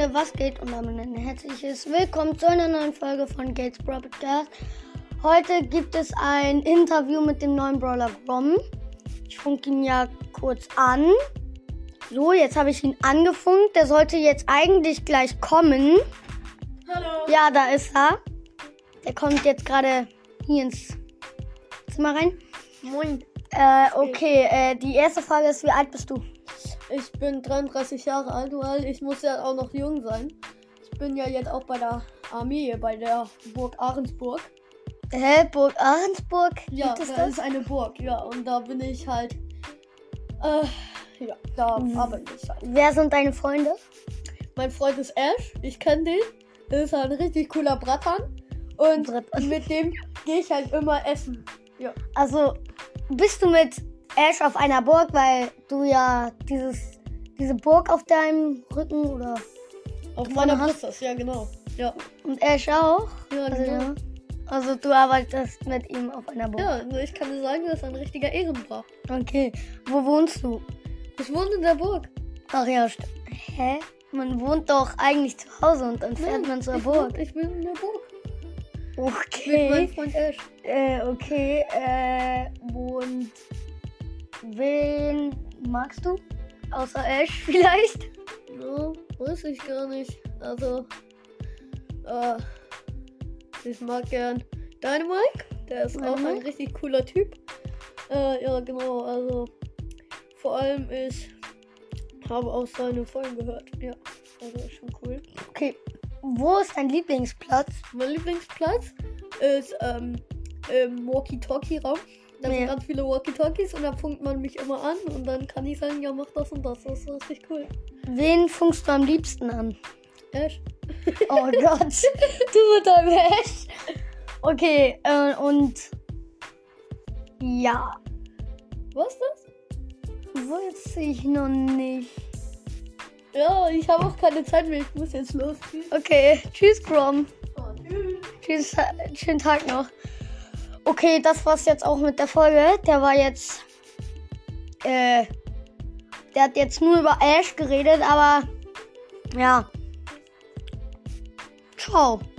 Leute, was geht? Und damit ein herzliches Willkommen zu einer neuen Folge von Gates Brawl Podcast. Heute gibt es ein Interview mit dem neuen Brawler Grom. Ich funke ihn ja kurz an. So, jetzt habe ich ihn angefunkt. Der sollte jetzt eigentlich gleich kommen. Hallo. Ja, da ist er. Der kommt jetzt gerade hier ins Zimmer rein. Moin. Okay, die erste Frage ist, wie alt bist du? Ich bin 33 Jahre alt, weil ich muss ja auch noch jung sein. Ich bin ja jetzt auch bei der Armee, bei der Burg Ahrensburg. Burg Ahrensburg? Ja, Gibt es das das? ist eine Burg, ja. Und da bin ich halt, da arbeite ich halt. Wer sind deine Freunde? Mein Freund ist Ash, ich kenne den. Das ist ein richtig cooler Bratan. Und mit dem gehe ich halt immer essen. Ja. Also, bist du mit Ash auf einer Burg, weil du ja diese Burg auf deinem Rücken oder Auf Du meiner hast- Brust ist, ja genau. Ja, und Ash auch? ja Also, genau. ja. Also du arbeitest mit ihm auf einer Burg. Ja, also ich kann dir sagen, das ist ein richtiger Ehrenbrach. Okay. Wo wohnst du? Ich wohne in der Burg. Ach ja, hä? Man wohnt doch eigentlich zu Hause und dann fährt Nein, man zur ich Burg. Ich bin in der Burg. Mit meinem Okay. Freund Ash. Und wen magst du? Außer Ash vielleicht? Ja, weiß ich gar nicht. Also, ich mag gern Dynamite. Der ist auch ein Dynamite? richtig cooler Typ. Ja, genau. Also, vor allem ich habe auch seine Folgen gehört. Ja, also ist schon cool. Okay. Wo ist dein Lieblingsplatz? Mein Lieblingsplatz ist im Walkie-Talkie-Raum. Da sind Ja. ganz viele Walkie-Talkies und da funkt man mich immer an und dann kann ich sagen, ja, mach das und das. Das ist richtig cool. Wen funkst du am liebsten an? Ash? Oh Gott, du mit deinem Ash. Okay, und ja, Was das? weiß ich noch nicht. Ja, ich habe auch keine Zeit mehr. Ich muss jetzt los. Okay, tschüss, Grom. Oh, tschüss. Tschüss, schönen Tag noch. Okay, das war's jetzt auch mit der Folge. Der hat jetzt nur über Ash geredet, aber ja. Ciao.